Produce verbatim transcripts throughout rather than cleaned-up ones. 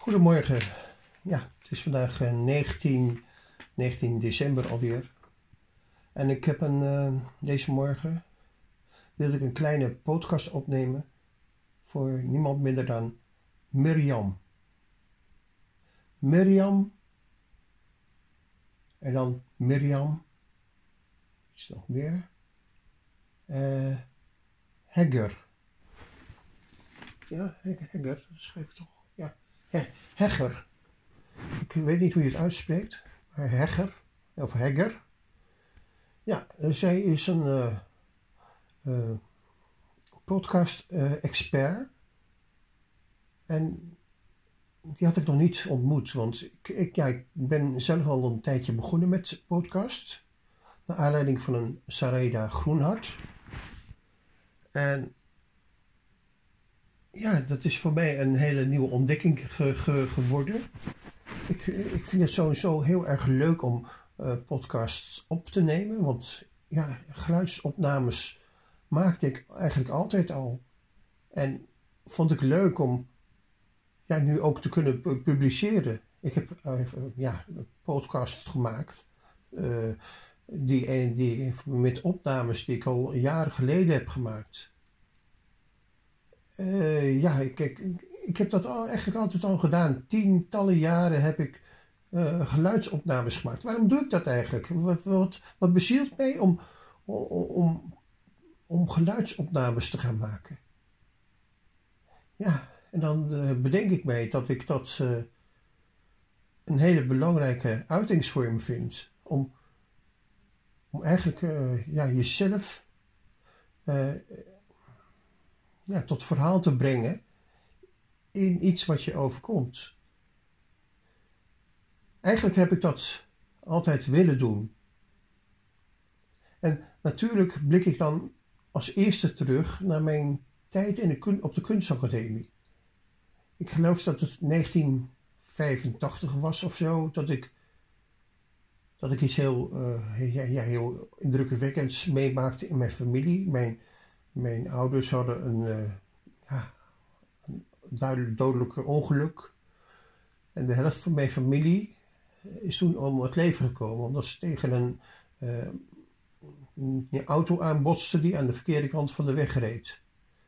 Goedemorgen. Ja, het is vandaag uh, negentien, negentien december alweer. En ik heb een, uh, deze morgen wilde ik een kleine podcast opnemen voor niemand minder dan Mirjam. Mirjam. En dan Mirjam. Iets nog meer. Uh, Hegger. Ja, Hegger, dat schrijf ik toch. Ja, Hegger. Ik weet niet hoe je het uitspreekt, maar Hegger, of Hegger. Ja, zij is een uh, uh, podcast-expert. Uh, en die had ik nog niet ontmoet, want ik, ik, ja, ik ben zelf al een tijdje begonnen met podcast. Naar aanleiding van een Sarayda Groenhart. En ja, dat is voor mij een hele nieuwe ontdekking ge, ge, geworden. Ik, ik vind het sowieso heel erg leuk om uh, podcasts op te nemen. Want ja, geluidsopnames maakte ik eigenlijk altijd al. En vond ik leuk om ja, nu ook te kunnen publiceren. Ik heb uh, ja, een podcast gemaakt. Uh, die, die, met opnames die ik al jaren geleden heb gemaakt. Uh, ja, ik, ik, ik heb dat al, eigenlijk altijd al gedaan. Tientallen jaren heb ik uh, geluidsopnames gemaakt. Waarom doe ik dat eigenlijk? Wat, wat, wat bezielt mij om, om, om geluidsopnames te gaan maken? Ja, en dan uh, bedenk ik mij dat ik dat uh, een hele belangrijke uitingsvorm vind. Om, om eigenlijk uh, ja, jezelf Uh, Ja, tot verhaal te brengen in iets wat je overkomt. Eigenlijk heb ik dat altijd willen doen. En natuurlijk blik ik dan als eerste terug naar mijn tijd in de, op de kunstacademie. Ik geloof dat het negentien vijfentachtig was of zo, dat ik, dat ik iets heel, uh, ja, ja, heel indrukwekkends meemaakte in mijn familie. Mijn Mijn ouders hadden een, uh, ja, een duidelijk dodelijk ongeluk. En de helft van mijn familie is toen om het leven gekomen. Omdat ze tegen een, uh, een auto aanbotsten die aan de verkeerde kant van de weg reed.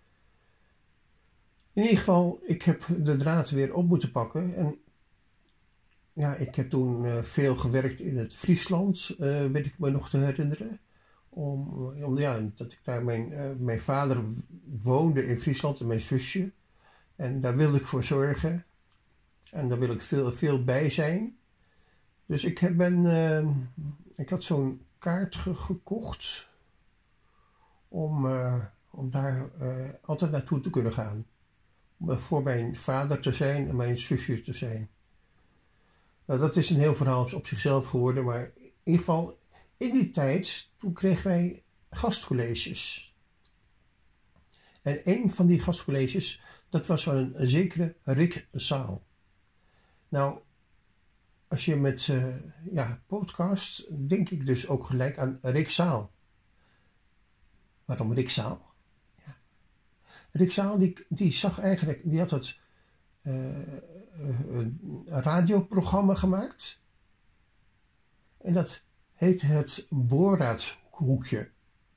In ieder geval, ik heb de draad weer op moeten pakken. En ja, ik heb toen uh, veel gewerkt in het Friesland, uh, weet ik me nog te herinneren. Om, om, ja, dat ik daar mijn, uh, mijn vader woonde in Friesland en mijn zusje. En daar wilde ik voor zorgen. En daar wil ik veel, veel bij zijn. Dus ik, heb ben, uh, ik had zo'n kaart ge- gekocht. Om, uh, om daar uh, altijd naartoe te kunnen gaan. Om voor mijn vader te zijn en mijn zusje te zijn. Nou, dat is een heel verhaal op zichzelf geworden. Maar in ieder geval, in die tijd, toen kregen wij gastcolleges. En een van die gastcolleges, dat was van een, een zekere Rick Zaal. Nou, als je met uh, ja, podcast, denk ik dus ook gelijk aan Rick Zaal. Waarom Rick Zaal? Ja. Rick Zaal, die, die zag eigenlijk, die had het uh, een radioprogramma gemaakt. En dat heet het Boraathoekje.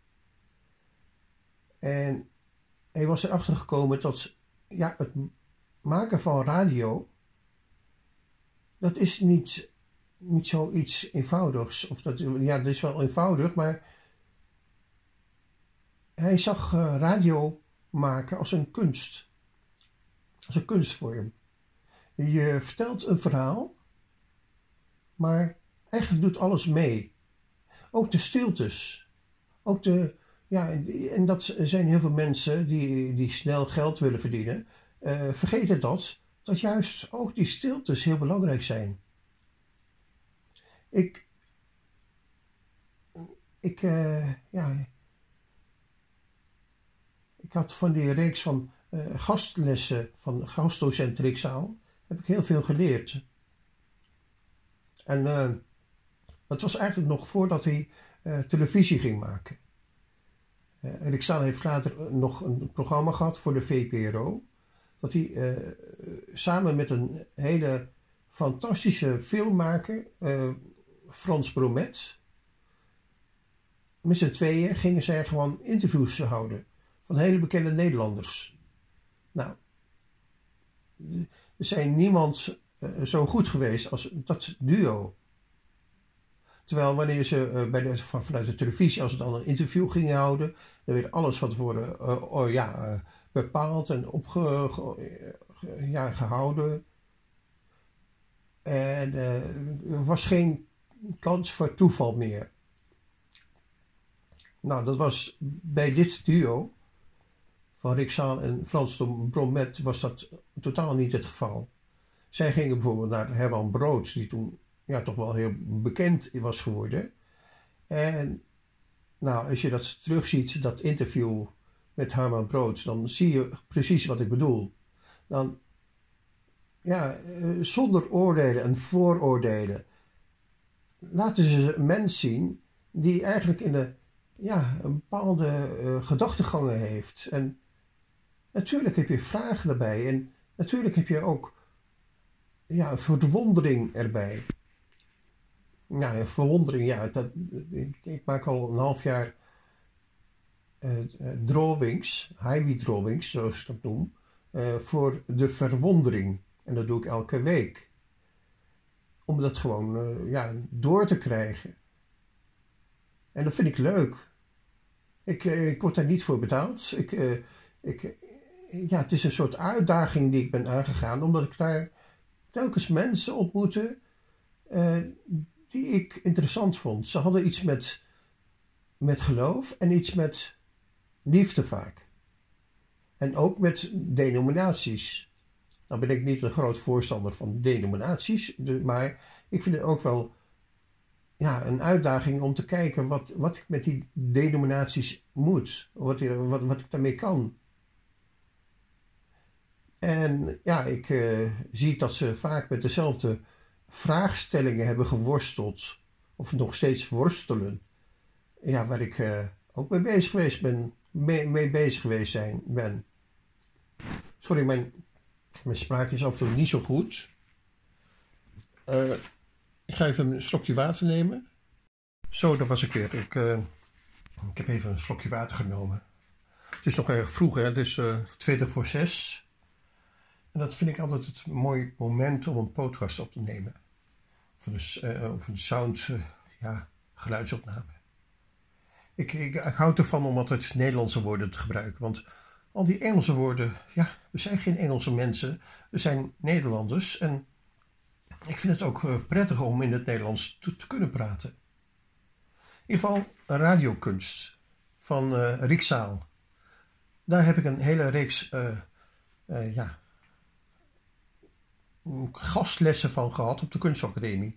En hij was erachter gekomen dat ja, het maken van radio, dat is niet, niet zoiets eenvoudigs. Of dat, ja, dat is wel eenvoudig, maar hij zag uh, radio maken als een kunst. Als een kunstvorm. Je vertelt een verhaal, maar eigenlijk doet alles mee. Ook de stiltes. Ook de, ja, en dat zijn heel veel mensen die, die snel geld willen verdienen. Uh, vergeten dat, dat juist ook die stiltes heel belangrijk zijn. Ik, ik, uh, ja, ik had van die reeks van uh, gastlessen van gastdocent Rick Zaal, heb ik heel veel geleerd. En uh, dat was eigenlijk nog voordat hij uh, televisie ging maken. Uh, Rick Zaal heeft later nog een programma gehad voor de V P R O. dat hij uh, samen met een hele fantastische filmmaker, uh, Frans Bromet, met z'n tweeën gingen zij gewoon interviews houden van hele bekende Nederlanders. Nou, er zijn niemand uh, zo goed geweest als dat duo. Terwijl wanneer ze uh, bij de, van, vanuit de televisie, als ze dan een interview gingen houden, dan werd alles van tevoren uh, oh, ja, uh, bepaald en opge, ge, ge, ja, gehouden. En uh, er was geen kans voor toeval meer. Nou, dat was bij dit duo van Rick Zaal en Frans de Bromet was dat totaal niet het geval. Zij gingen bijvoorbeeld naar Herman Brood, die toen ja, toch wel heel bekend was geworden. En nou, als je dat terugziet, dat interview met Herman Brood, dan zie je precies wat ik bedoel. Dan, ja, zonder oordelen en vooroordelen laten ze een mens zien die eigenlijk in de, ja, een bepaalde uh, gedachtegangen heeft. En natuurlijk heb je vragen erbij en natuurlijk heb je ook ja, verwondering erbij. Ja, verwondering, ja. Dat, ik, ik maak al een half jaar uh, uh, drawings, highway drawings, zoals ik dat noem, uh, voor de verwondering. En dat doe ik elke week. Om dat gewoon uh, ja, door te krijgen. En dat vind ik leuk. Ik, uh, ik word daar niet voor betaald. Ik, uh, ik, ja, het is een soort uitdaging die ik ben aangegaan, omdat ik daar telkens mensen ontmoette uh, die ik interessant vond. Ze hadden iets met, met geloof en iets met liefde vaak. En ook met denominaties. Nou ben ik niet een groot voorstander van denominaties, maar ik vind het ook wel ja, een uitdaging om te kijken wat, wat ik met die denominaties moet. Wat, wat, wat ik daarmee kan. En ja, ik uh, zie dat ze vaak met dezelfde vraagstellingen hebben geworsteld. Of nog steeds worstelen. Ja, waar ik uh, ook mee bezig geweest ben. Mee, mee bezig geweest zijn, ben. Sorry, mijn, mijn spraak is af en toe niet zo goed. Uh, ik ga even een slokje water nemen. Zo, daar was ik weer. Ik, uh, ik heb even een slokje water genomen. Het is nog erg vroeg, hè? Het is uh, twintig voor zes. En dat vind ik altijd het mooi moment om een podcast op te nemen. Of een, uh, of een sound, uh, ja, geluidsopname. Ik, ik, ik houd ervan om altijd Nederlandse woorden te gebruiken. Want al die Engelse woorden, ja, we zijn geen Engelse mensen. We zijn Nederlanders. En ik vind het ook uh, prettig om in het Nederlands te, te kunnen praten. In ieder geval radiokunst van uh, Rick Zaal. Daar heb ik een hele reeks uh, uh, ja, gastlessen van gehad op de kunstacademie.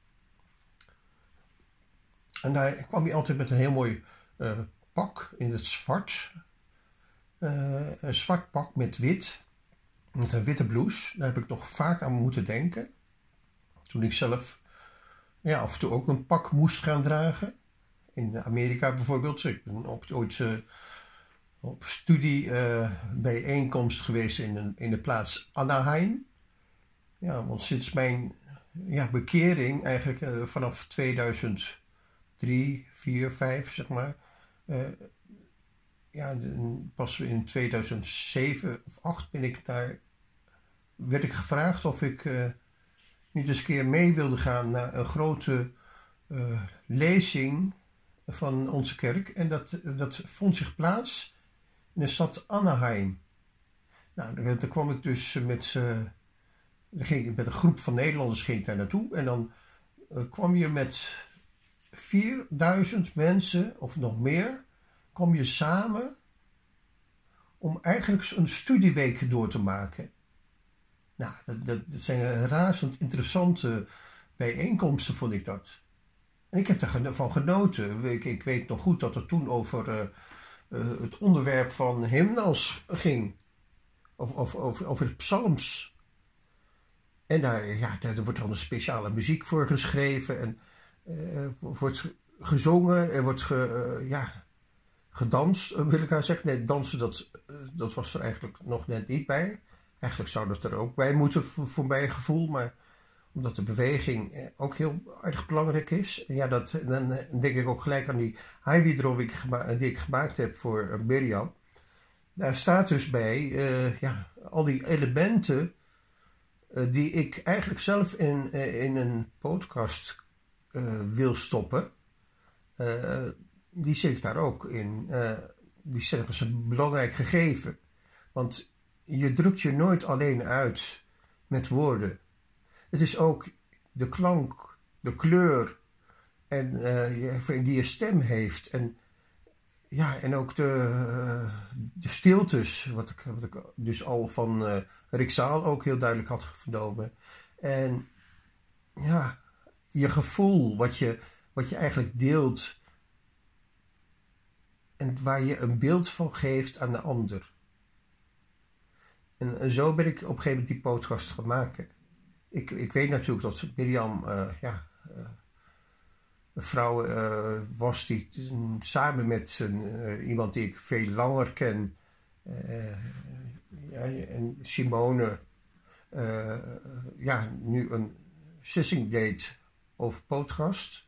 En daar kwam hij altijd met een heel mooi uh, pak in het zwart. Uh, een zwart pak met wit. Met een witte blouse. Daar heb ik nog vaak aan moeten denken. Toen ik zelf ja, af en toe ook een pak moest gaan dragen. In Amerika bijvoorbeeld. Ik ben op, ooit uh, op studiebijeenkomst uh, geweest in, een, in de plaats Anaheim. Ja, want sinds mijn ja, bekering eigenlijk uh, vanaf tweeduizend drie, vier, vijf zeg maar. Uh, ja, de, pas in tweeduizend zeven of acht ben ik daar, werd ik gevraagd of ik uh, niet eens een keer mee wilde gaan naar een grote uh, lezing van onze kerk. En dat, dat vond zich plaats in de stad Anaheim. Nou, daar, daar kwam ik dus met... Uh, ging ik met een groep van Nederlanders ging ik daar naartoe. En dan uh, kwam je met vierduizend mensen, of nog meer, kwam je samen om eigenlijk een studieweek door te maken. Nou, dat, dat, dat zijn razend interessante bijeenkomsten, vond ik dat. En ik heb daarvan genoten. Ik, ik weet nog goed dat het toen over uh, uh, het onderwerp van hymnals ging. Of, of, of over het psalms. En daar, ja, daar wordt dan een speciale muziek voor geschreven. En uh, wordt gezongen. Er wordt ge, uh, ja, gedanst, wil ik haar zeggen. Nee, dansen, dat, uh, dat was er eigenlijk nog net niet bij. Eigenlijk zou dat er ook bij moeten voor, voor mijn gevoel, maar omdat de beweging ook heel erg belangrijk is. En ja, dat, dan denk ik ook gelijk aan die highway die, die ik gemaakt heb voor Mirjam. Daar staat dus bij uh, ja, al die elementen uh, die ik eigenlijk zelf in, uh, in een podcast uh, wil stoppen. Uh, die zit ik daar ook in. Uh, die zet ik als een belangrijk gegeven. Want je drukt je nooit alleen uit met woorden. Het is ook de klank, de kleur en, uh, die je stem heeft. En, ja, en ook de, uh, de stiltes, wat ik, wat ik dus al van uh, Rick Zaal ook heel duidelijk had vernomen. En ja, je gevoel, wat je, wat je eigenlijk deelt en waar je een beeld van geeft aan de ander. En, en zo ben ik op een gegeven moment die podcast gaan maken. Ik, ik weet natuurlijk dat Mirjam uh, ja, uh, een vrouw uh, was die uh, samen met een, uh, iemand die ik veel langer ken, uh, ja, en Simone, uh, ja, nu een sissing date over podcast.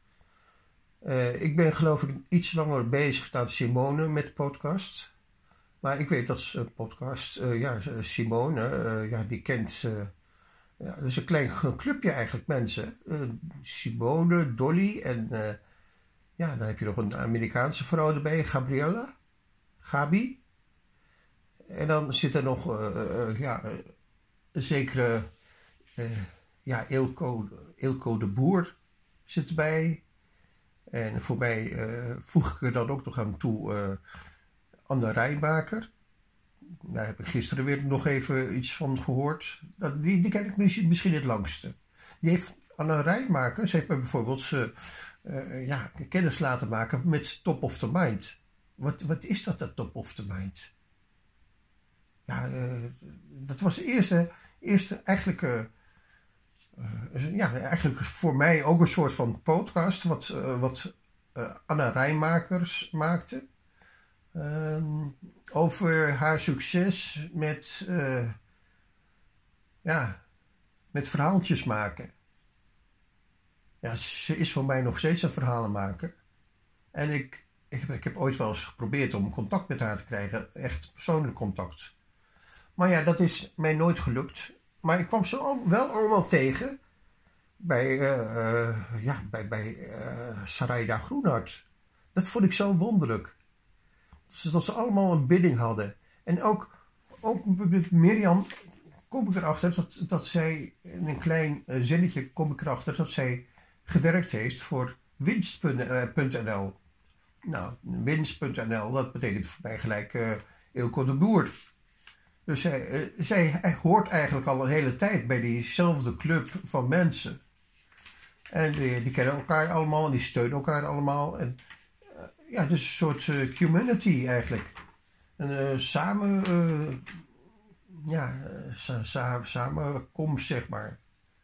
Uh, ik ben geloof ik iets langer bezig dan Simone met podcast. Maar ik weet dat ze podcast, uh, ja, Simone, uh, ja, die kent... Uh, Ja, dat is een klein clubje eigenlijk, mensen. Uh, Simone, Dolly en uh, ja, dan heb je nog een Amerikaanse vrouw erbij, Gabriella, Gabi. En dan zit er nog uh, uh, ja, een zekere uh, ja, Ilko, Ilko de Boer zit erbij. En voor mij uh, voeg ik er dan ook nog aan toe uh, Anne Rijnbaker. Daar heb ik gisteren weer nog even iets van gehoord. Dat, die, die ken ik misschien het langste. Die heeft Anne Rijnmaker, ze heeft me bijvoorbeeld uh, uh, ja, kennis laten maken met Top of the Mind. Wat, wat is dat, dat Top of the Mind? Ja, uh, dat was de eerste, eerste eigenlijk, uh, uh, ja, eigenlijk voor mij ook een soort van podcast wat, uh, wat uh, Anne Rijnmakers maakte. Um, over haar succes met, uh, ja, met verhaaltjes maken. Ja, ze is voor mij nog steeds een verhalenmaker. En ik, ik, heb, ik heb ooit wel eens geprobeerd om contact met haar te krijgen. Echt persoonlijk contact. Maar ja, dat is mij nooit gelukt. Maar ik kwam ze al, wel allemaal tegen bij, uh, uh, ja, bij, bij uh, Sarayda Groenhart. Dat vond ik zo wonderlijk. Dat ze allemaal een bidding hadden. En ook, ook met Mirjam kom ik erachter dat, dat zij, in een klein zinnetje kom ik erachter dat zij gewerkt heeft voor winst punt n l. Nou, winst punt n l, dat betekent voor mij gelijk uh, Ilko de Boer. Dus zij, uh, zij hoort eigenlijk al een hele tijd bij diezelfde club van mensen. En die, die kennen elkaar allemaal en die steunen elkaar allemaal. En ja, het is een soort uh, community eigenlijk. En uh, samen, uh, ja, sa sa samenkomst zeg maar.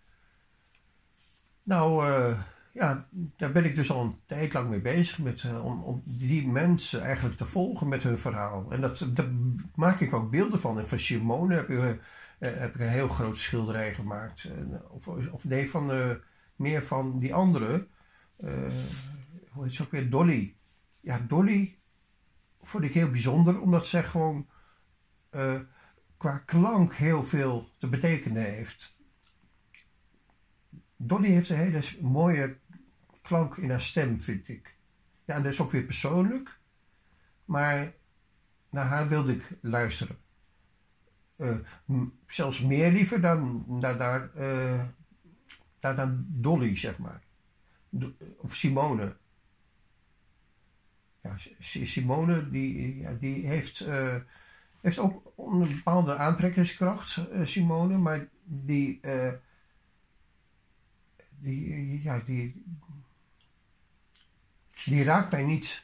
Nou, uh, ja, daar ben ik dus al een tijd lang mee bezig met, uh, om, om die mensen eigenlijk te volgen met hun verhaal. En dat, daar maak ik ook beelden van. En van Simone heb, uh, uh, heb ik een heel groot schilderij gemaakt. En, of, of nee, van, uh, meer van die andere. Uh, hoe heet ze ook weer? Dolly. Ja, Dolly vond ik heel bijzonder, omdat zij gewoon uh, qua klank heel veel te betekenen heeft. Dolly heeft een hele mooie klank in haar stem, vind ik. Ja, en dat is ook weer persoonlijk, maar naar haar wilde ik luisteren. Uh, zelfs meer liever dan naar, naar, uh, naar, naar Dolly, zeg maar. Do of Simone. Ja, Simone die, ja, die heeft, uh, heeft ook een bepaalde aantrekkingskracht, uh, Simone, maar die, uh, die, ja, die, die raakt mij niet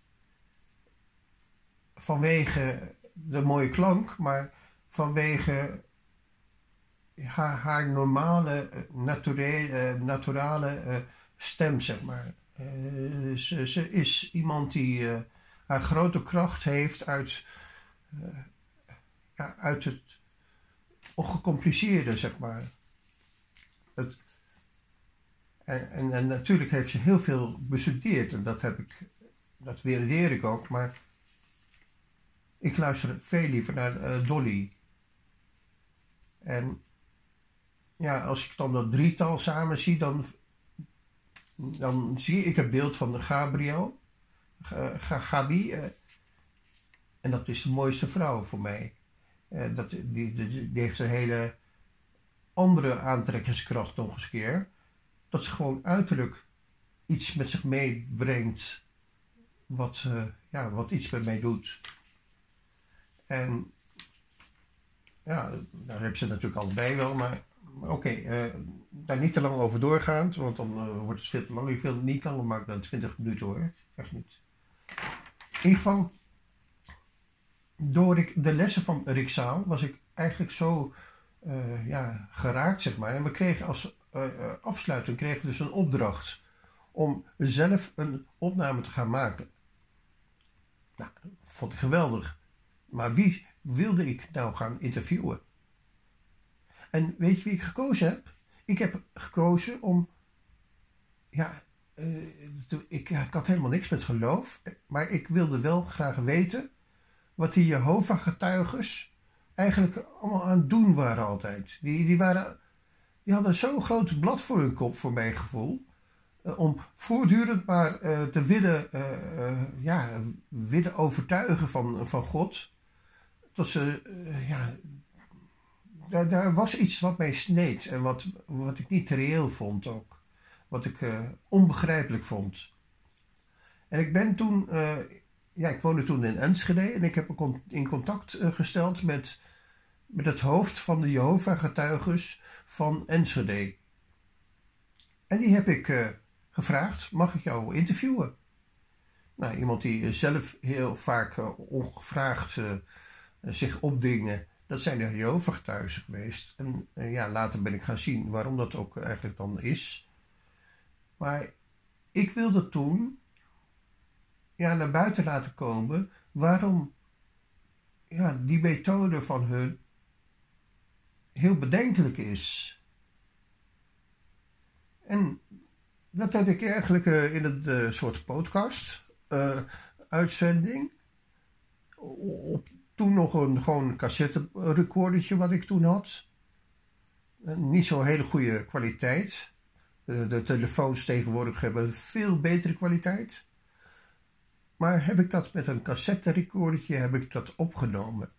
vanwege de mooie klank, maar vanwege haar, haar normale, naturele, uh, naturale uh, stem, zeg maar. Uh, ze, ze is iemand die uh, haar grote kracht heeft uit, uh, ja, uit het ongecompliceerde, zeg maar. Het, en, en, en natuurlijk heeft ze heel veel bestudeerd en dat heb ik, dat waardeer ik ook, maar ik luister veel liever naar uh, Dolly. En ja, als ik dan dat drietal samen zie, dan, dan zie ik het beeld van de Gabriel, Gabi, uh, en dat is de mooiste vrouw voor mij. Uh, dat, die, die, die heeft een hele andere aantrekkingskracht nog eens een keer. Dat ze gewoon uiterlijk iets met zich meebrengt wat, uh, ja, wat iets met mij doet. En ja, daar hebben ze natuurlijk allebei wel, maar, maar oké, okay, uh, daar niet te lang over doorgaand, want dan uh, wordt het veel te lang. Ik wil het niet langer maken dan twintig minuten hoor, echt niet. In ieder geval, door ik, de lessen van Rick Zaal was ik eigenlijk zo uh, ja, geraakt, zeg maar. En we kregen als uh, uh, afsluiting kregen we dus een opdracht om zelf een opname te gaan maken. Nou, dat vond ik geweldig. Maar wie wilde ik nou gaan interviewen? En weet je wie ik gekozen heb? Ik heb gekozen om, ja, uh, ik, ik had helemaal niks met geloof, maar ik wilde wel graag weten wat die Jehovah-getuigen eigenlijk allemaal aan het doen waren altijd. Die, die, waren, die hadden zo'n groot blad voor hun kop, voor mijn gevoel, uh, om voortdurend maar uh, te willen, uh, uh, ja, willen overtuigen van, van God. Tot ze, uh, ja, daar, daar was iets wat mij sneed en wat, wat ik niet reëel vond ook. Wat ik uh, onbegrijpelijk vond. En ik ben toen, uh, ja, ik woonde toen in Enschede en ik heb me in contact uh, gesteld met, met het hoofd van de Jehovah-getuigen van Enschede. En die heb ik uh, gevraagd, mag ik jou interviewen? Nou, iemand die zelf heel vaak uh, ongevraagd uh, zich opdringen, dat zijn de Jehovah-getuigen geweest. En uh, ja, later ben ik gaan zien waarom dat ook eigenlijk dan is. Maar ik wilde toen ja, naar buiten laten komen waarom ja, die methode van hun heel bedenkelijk is. En dat heb ik eigenlijk uh, in een uh, soort podcast uh, uitzending op toen nog een gewoon cassette recordertje wat ik toen had. Uh, niet zo'n hele goede kwaliteit. Uh, de telefoons tegenwoordig hebben veel betere kwaliteit. Maar heb ik dat met een cassette recordertje heb ik dat opgenomen.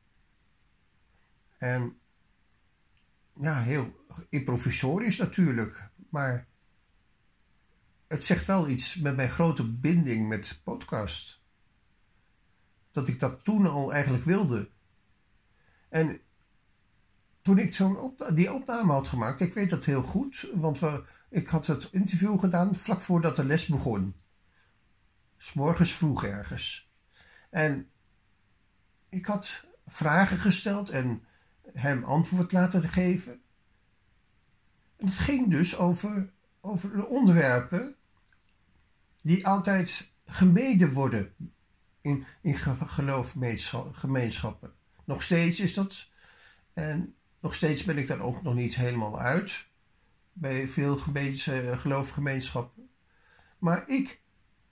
En ja, heel improvisorisch natuurlijk, maar het zegt wel iets met mijn grote binding met podcast. Dat ik dat toen al eigenlijk wilde. En toen ik zo'n op, die opname had gemaakt, ik weet dat heel goed, want we, ik had het interview gedaan vlak voordat de les begon. 'S Morgens vroeg ergens. En ik had vragen gesteld en hem antwoord laten geven. En het ging dus over, over de onderwerpen die altijd gemeden worden in, in geloofgemeenschappen. Nog steeds is dat. En nog steeds ben ik daar ook nog niet helemaal uit. Bij veel geloofgemeenschappen. Maar ik,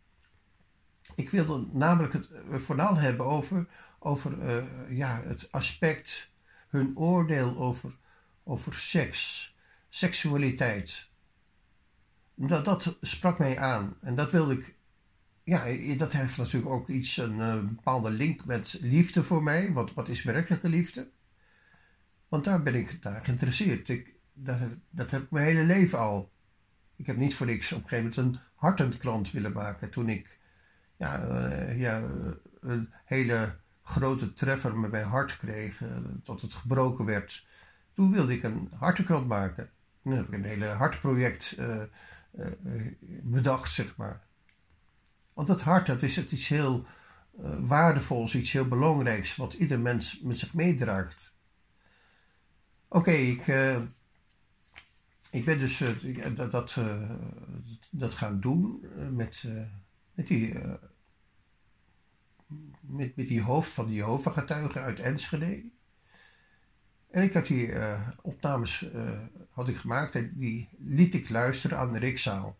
ik wilde namelijk het vooral hebben over, over uh, ja, het aspect, hun oordeel over, over seks, seksualiteit. Dat, dat sprak mij aan. En dat wilde ik. Ja, dat heeft natuurlijk ook iets, een, een bepaalde link met liefde voor mij. Wat, wat is werkelijke liefde? Want daar ben ik naar geïnteresseerd. Ik, dat, dat heb ik mijn hele leven al. Ik heb niet voor niks op een gegeven moment een hartenkrant willen maken. Toen ik ja, uh, ja, een hele grote treffer met mijn hart kreeg, uh, tot het gebroken werd. Toen wilde ik een hartenkrant maken. Toen heb ik een hele hartproject uh, uh, bedacht, zeg maar. Want het hart, dat is iets heel uh, waardevols, iets heel belangrijks, wat ieder mens met zich meedraagt. Oké, okay, ik, uh, ik ben dus uh, dat, dat, uh, dat gaan doen uh, met, uh, met, die, uh, met, met die hoofd van de Jehovah-getuigen uit Enschede. En ik had die uh, opnames uh, had ik gemaakt en die liet ik luisteren aan de Rikszaal.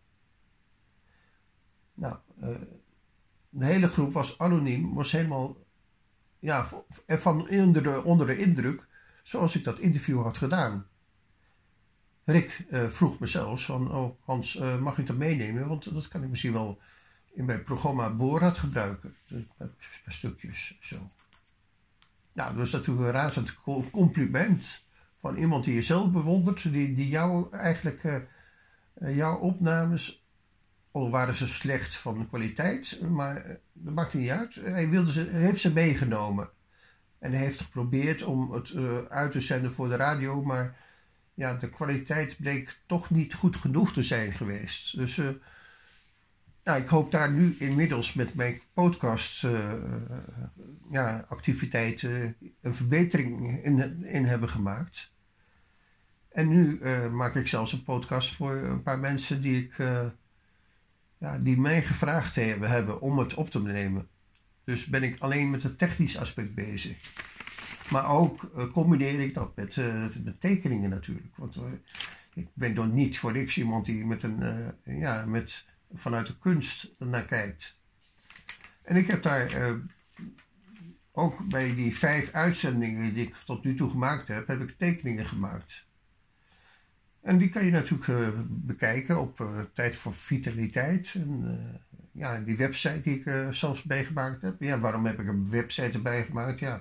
Nou, uh, de hele groep was anoniem, was helemaal ja, van onder de, onder de indruk zoals ik dat interview had gedaan. Rick uh, vroeg me zelfs van, oh Hans, uh, mag ik dat meenemen? Want dat kan ik misschien wel in mijn programma Borat gebruiken. Een paar stukjes zo. Nou, dat was natuurlijk een razend compliment van iemand die je zelf bewondert, die, die jou eigenlijk, uh, jouw opnames, al waren ze slecht van kwaliteit, maar uh, dat maakt niet uit. Hij wilde ze, heeft ze meegenomen. En hij heeft geprobeerd om het uh, uit te zenden voor de radio, maar ja, de kwaliteit bleek toch niet goed genoeg te zijn geweest. Dus uh, nou, ik hoop daar nu inmiddels met mijn podcast uh, ja, activiteiten een verbetering in, in hebben gemaakt. En nu uh, maak ik zelfs een podcast voor een paar mensen die, ik, uh, ja, die mij gevraagd hebben, hebben om het op te nemen. Dus ben ik alleen met het technisch aspect bezig. Maar ook uh, combineer ik dat met, uh, met tekeningen natuurlijk. Want uh, ik ben dan niet voor niks iemand die met een, uh, ja, met, vanuit de kunst naar kijkt. En ik heb daar uh, ook bij die vijf uitzendingen die ik tot nu toe gemaakt heb, heb ik tekeningen gemaakt. En die kan je natuurlijk uh, bekijken op uh, Tijd voor Vitaliteit. En uh, ja, die website die ik uh, zelfs bijgemaakt heb. Ja, waarom heb ik een website erbij gemaakt? Ja.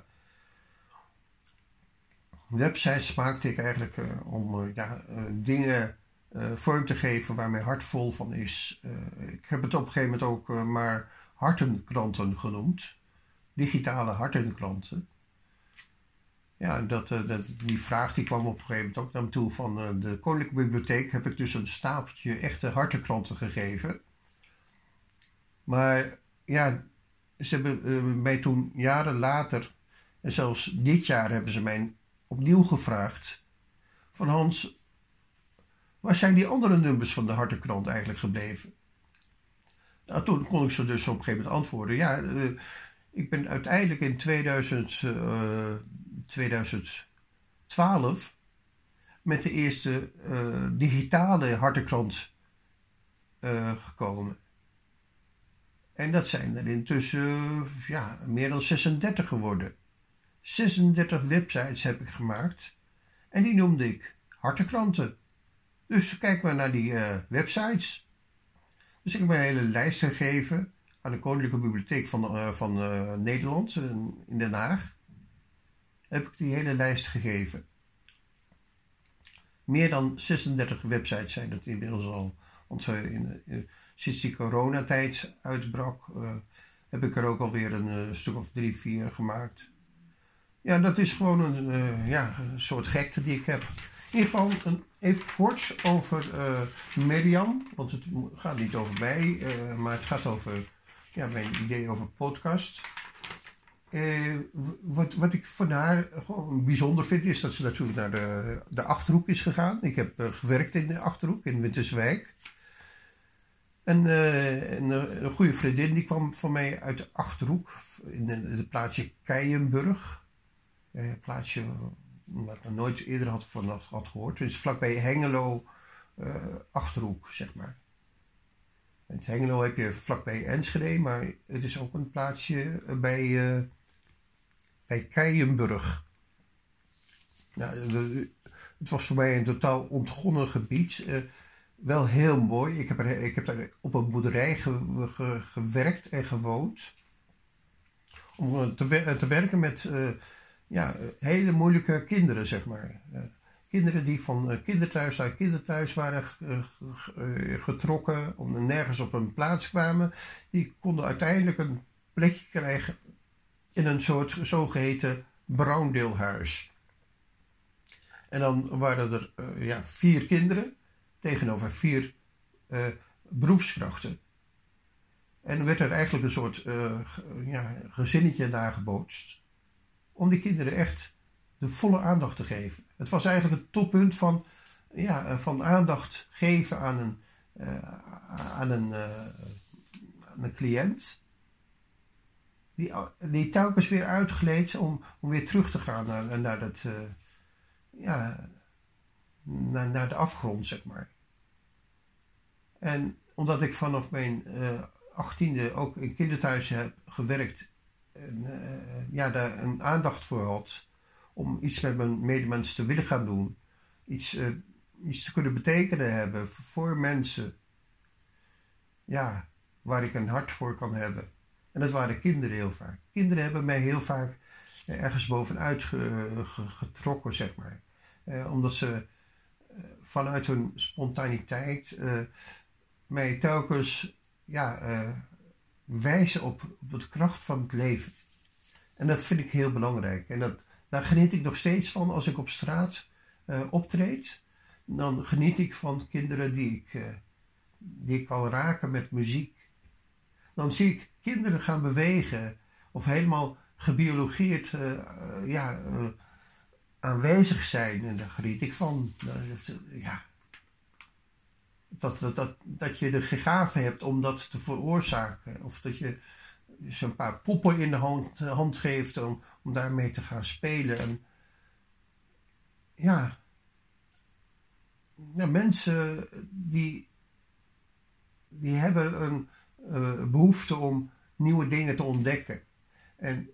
Websites maakte ik eigenlijk uh, om uh, ja, uh, dingen uh, vorm te geven waar mijn hart vol van is. Uh, ik heb het op een gegeven moment ook uh, maar hartenkranten genoemd. Digitale hartenkranten. Ja, dat, uh, dat, die vraag die kwam op een gegeven moment ook naar me toe van uh, de Koninklijke Bibliotheek. Heb ik dus een stapeltje echte hartenkranten gegeven. Maar ja, ze hebben uh, mij toen jaren later, en zelfs dit jaar hebben ze mij opnieuw gevraagd van Hans, waar zijn die andere nummers van de hartenkrant eigenlijk gebleven? Nou, toen kon ik ze dus op een gegeven moment antwoorden. Ja, uh, ik ben uiteindelijk in tweeduizend, uh, tweeduizend twaalf met de eerste uh, digitale hartenkrant uh, gekomen. En dat zijn er intussen uh, ja, meer dan zesendertig geworden. zesendertig websites heb ik gemaakt en die noemde ik hartenkranten. Dus kijk maar naar die uh, websites. Dus ik heb een hele lijst gegeven aan de Koninklijke Bibliotheek van, uh, van uh, Nederland in, in Den Haag. Heb ik die hele lijst gegeven. Meer dan zesendertig websites zijn dat inmiddels al. Want uh, in, in, sinds die coronatijd uitbrak, uh, heb ik er ook alweer een uh, stuk of drie, vier gemaakt. Ja, dat is gewoon een, uh, ja, een soort gekte die ik heb. In ieder geval een, even kort over uh, Mirjam. Want het gaat niet over mij, uh, maar het gaat over ja, mijn idee over podcast. Uh, wat, wat ik van haar gewoon bijzonder vind, is dat ze natuurlijk naar de, de Achterhoek is gegaan. Ik heb uh, gewerkt in de Achterhoek, in Winterswijk. En uh, een, een goede vriendin die kwam van mij uit de Achterhoek, in het plaatsje Keienburg. Een plaatsje waar ik nog nooit eerder had, van had gehoord. Het is vlakbij Hengelo, uh, Achterhoek, zeg maar. In Hengelo heb je vlakbij Enschede, maar het is ook een plaatsje bij, uh, bij Keienburg. Nou, de, het was voor mij een totaal ontgonnen gebied. Uh, wel heel mooi. Ik heb, er, ik heb daar op een boerderij ge, ge, gewerkt en gewoond. Om te, te werken met uh, ja, hele moeilijke kinderen, zeg maar. Uh, kinderen die van uh, kinderthuis naar kinderthuis waren uh, getrokken, om nergens op een plaats kwamen. Die konden uiteindelijk een plekje krijgen in een soort zogeheten Browndeelhuis. En dan waren er uh, ja, vier kinderen tegenover vier uh, beroepskrachten. En werd er eigenlijk een soort uh, ja, gezinnetje nagebootst om die kinderen echt de volle aandacht te geven. Het was eigenlijk het toppunt van, ja, van aandacht geven aan een, uh, aan een, uh, aan een cliënt. Die, die telkens weer uitgleed om, om weer terug te gaan naar, naar, dat, uh, ja, naar, naar de afgrond, zeg maar. En omdat ik vanaf mijn uh, achttiende ook in kinderthuizen heb gewerkt en uh, ja, daar een aandacht voor had om iets met mijn medemens te willen gaan doen, iets, uh, iets te kunnen betekenen hebben voor mensen, ja, waar ik een hart voor kan hebben. En dat waren kinderen heel vaak. Kinderen hebben mij heel vaak ergens bovenuit ge, ge, getrokken, zeg maar. Uh, omdat ze uh, vanuit hun spontaniteit uh, mij telkens ja, uh, wijzen op, op de kracht van het leven. En dat vind ik heel belangrijk. En dat, daar geniet ik nog steeds van als ik op straat uh, optreed. Dan geniet ik van kinderen die ik, uh, die ik kan raken met muziek. Dan zie ik kinderen gaan bewegen of helemaal gebiologeerd uh, uh, ja, uh, aanwezig zijn. En daar geniet ik van. Uh, ja. Dat, dat, dat, dat je de gave hebt om dat te veroorzaken. Of dat je ze een paar poppen in de hand, hand geeft om, om daarmee te gaan spelen. En ja, ja mensen die, die hebben een uh, behoefte om nieuwe dingen te ontdekken. En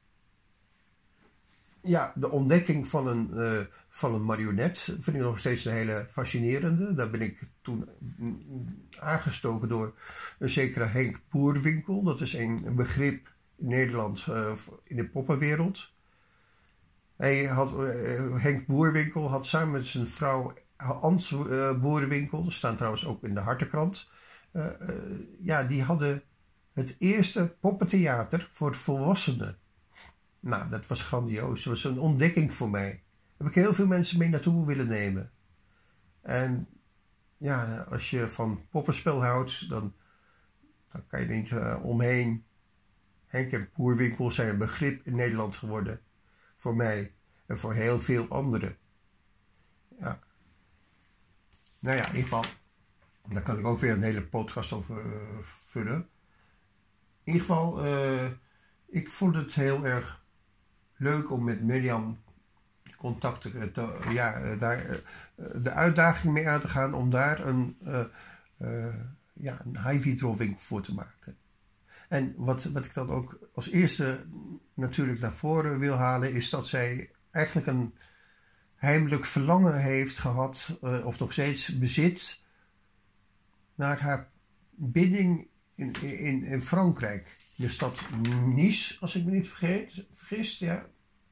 ja, de ontdekking van een, uh, van een marionet vind ik nog steeds een hele fascinerende. Daar ben ik toen aangestoken door een zekere Henk Boerwinkel. Dat is een begrip in Nederland uh, in de poppenwereld. Hij had, uh, Henk Boerwinkel had samen met zijn vrouw Ans uh, Boerwinkel, dat staan trouwens ook in de Hartenkrant, uh, uh, ja, die hadden het eerste poppentheater voor volwassenen. Nou, dat was grandioos. Dat was een ontdekking voor mij. Daar heb ik heel veel mensen mee naartoe willen nemen. En ja, als je van poppenspel houdt, dan, dan kan je er niet uh, omheen. Henk en Boerwinkel zijn een begrip in Nederland geworden. Voor mij en voor heel veel anderen. Ja. Nou ja, in ieder geval, daar kan ik ook weer een hele podcast over uh, vullen. In ieder geval, uh, ik vond het heel erg leuk om met Mirjam contact te, te ja, daar de uitdaging mee aan te gaan om daar een, uh, uh, ja, een Highway-drawing voor te maken. En wat, wat ik dan ook als eerste natuurlijk naar voren wil halen, is dat zij eigenlijk een heimelijk verlangen heeft gehad, uh, of nog steeds bezit, naar haar binding in, in, in Frankrijk. De stad Nice, als ik me niet vergeet, vergis, ja.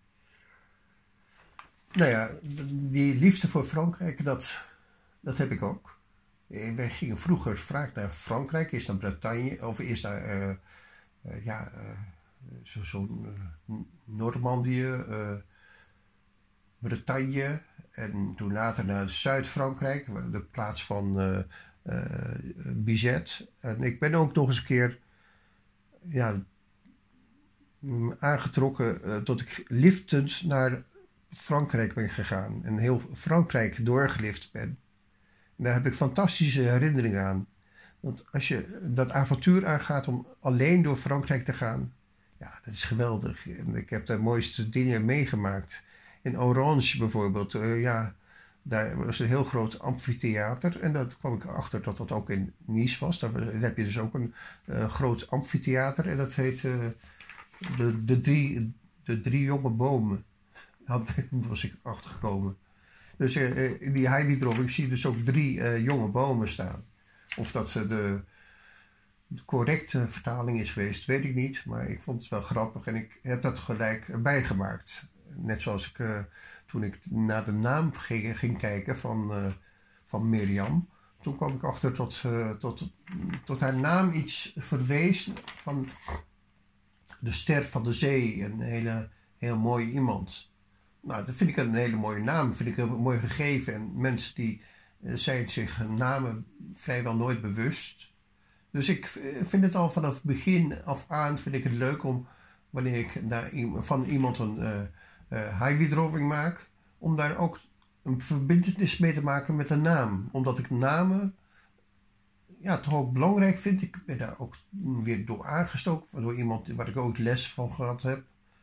Nou ja, die liefde voor Frankrijk, dat, dat heb ik ook. Wij gingen vroeger vaak naar Frankrijk, eerst naar Bretagne, of eerst naar, uh, uh, ja, uh, zo'n zo, uh, Normandië, uh, Bretagne, en toen later naar Zuid-Frankrijk, de plaats van uh, uh, Bizet. En ik ben ook nog eens een keer ja, aangetrokken uh, tot ik liftend naar Frankrijk ben gegaan en heel Frankrijk doorgelift ben. En daar heb ik fantastische herinneringen aan. Want als je dat avontuur aangaat om alleen door Frankrijk te gaan, ja, dat is geweldig. En ik heb de mooiste dingen meegemaakt. In Orange bijvoorbeeld, uh, ja, daar was een heel groot amfitheater. En dat kwam ik achter dat dat ook in Nice was. Daar heb je dus ook een uh, groot amfitheater. En dat heet uh, de, de, drie, de drie jonge bomen. Daar was ik achtergekomen. Dus uh, in die Highway-drawing zie je dus ook drie uh, jonge bomen staan. Of dat ze de, de correcte vertaling is geweest, weet ik niet. Maar ik vond het wel grappig en ik heb dat gelijk bijgemaakt. Net zoals ik uh, toen ik naar de naam ging, ging kijken van, uh, van Mirjam. Toen kwam ik achter tot, uh, tot, tot haar naam iets verwees van de ster van de zee. Een hele, heel mooi iemand. Nou, dat vind ik een hele mooie naam. Vind ik een mooi gegeven. En mensen die uh, zijn zich namen vrijwel nooit bewust. Dus ik vind het al vanaf het begin af aan vind ik het leuk om, wanneer ik daar van iemand een uh, uh, Highway-drawing maak, om daar ook een verbintenis mee te maken met een naam. Omdat ik namen ja, toch ook belangrijk vind. Ik ben daar ook weer door aangestoken, door iemand waar ik ook les van gehad heb.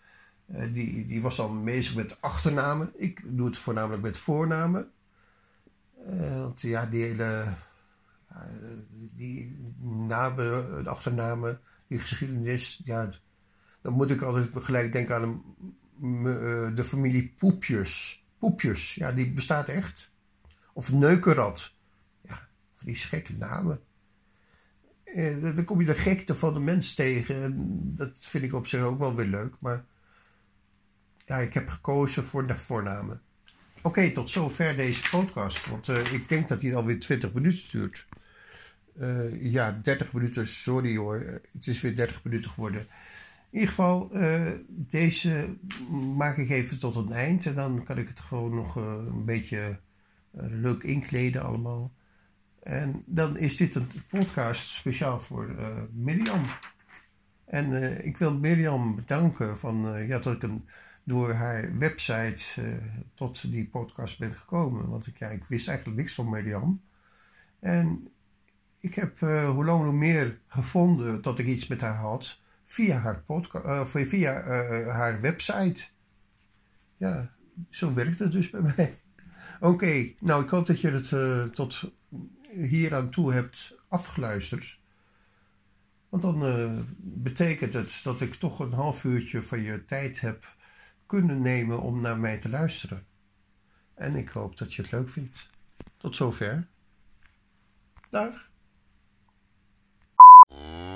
Uh, die, die was dan bezig met achternamen. Ik doe het voornamelijk met voornamen. Uh, want ja, die hele uh, die namen, de achternamen, die geschiedenis, ja, dan moet ik altijd gelijk denken aan een, uh, de familie Poepjes. Poepjes, ja, die bestaat echt. Of Neukenrad. Ja, van die gekke namen. Uh, dan kom je de gekte van de mens tegen. En dat vind ik op zich ook wel weer leuk. Maar ja, ik heb gekozen voor de voornamen. Oké, okay, tot zover deze podcast. Want uh, ik denk dat hij alweer twintig minuten duurt. Uh, ja, dertig minuten, sorry hoor. Het is weer dertig minuten geworden. In ieder geval, uh, deze maak ik even tot een eind. En dan kan ik het gewoon nog uh, een beetje uh, leuk inkleden allemaal. En dan is dit een podcast speciaal voor uh, Mirjam. En uh, ik wil Mirjam bedanken van, uh, ja, dat ik een, door haar website uh, tot die podcast ben gekomen. Want ik, ja, ik wist eigenlijk niks van Mirjam. En ik heb uh, hoe langer hoe meer gevonden dat ik iets met haar had via haar, podca- uh, via uh, haar website. Ja, zo werkt het dus bij mij. Oké, okay, nou ik hoop dat je het uh, tot hier aan toe hebt afgeluisterd. Want dan uh, betekent het dat ik toch een half uurtje van je tijd heb kunnen nemen om naar mij te luisteren. En ik hoop dat je het leuk vindt. Tot zover. Dag.